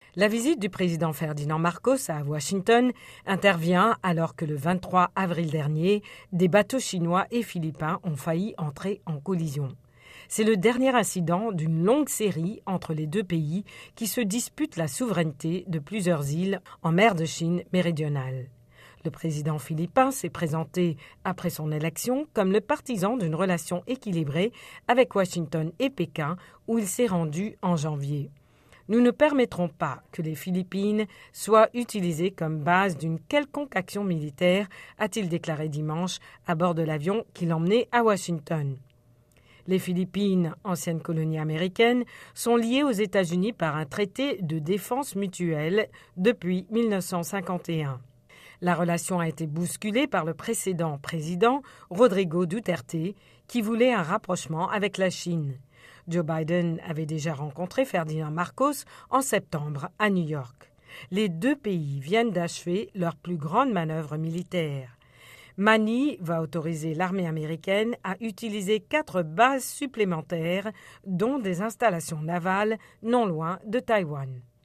La visite du président Ferdinand Marcos à Washington intervient alors que le 23 avril dernier, des bateaux chinois et philippins ont failli entrer en collision. C'est le dernier incident d'une longue série entre les deux pays qui se disputent la souveraineté de plusieurs îles en mer de Chine méridionale. Le président philippin s'est présenté après son élection comme le partisan d'une relation équilibrée avec Washington et Pékin où il s'est rendu en janvier. Nous ne permettrons pas que les Philippines soient utilisées comme base d'une quelconque action militaire, a-t-il déclaré dimanche à bord de l'avion qui l'emmenait à Washington. Les Philippines, ancienne colonie américaine, sont liées aux États-Unis par un traité de défense mutuelle depuis 1951. La relation a été bousculée par le précédent président, Rodrigo Duterte, qui voulait un rapprochement avec la Chine. Joe Biden avait déjà rencontré Ferdinand Marcos en septembre à New York. Les deux pays viennent d'achever leur plus grande manœuvre militaire. Manille va autoriser l'armée américaine à utiliser 4 bases supplémentaires, dont des installations navales non loin de Taïwan.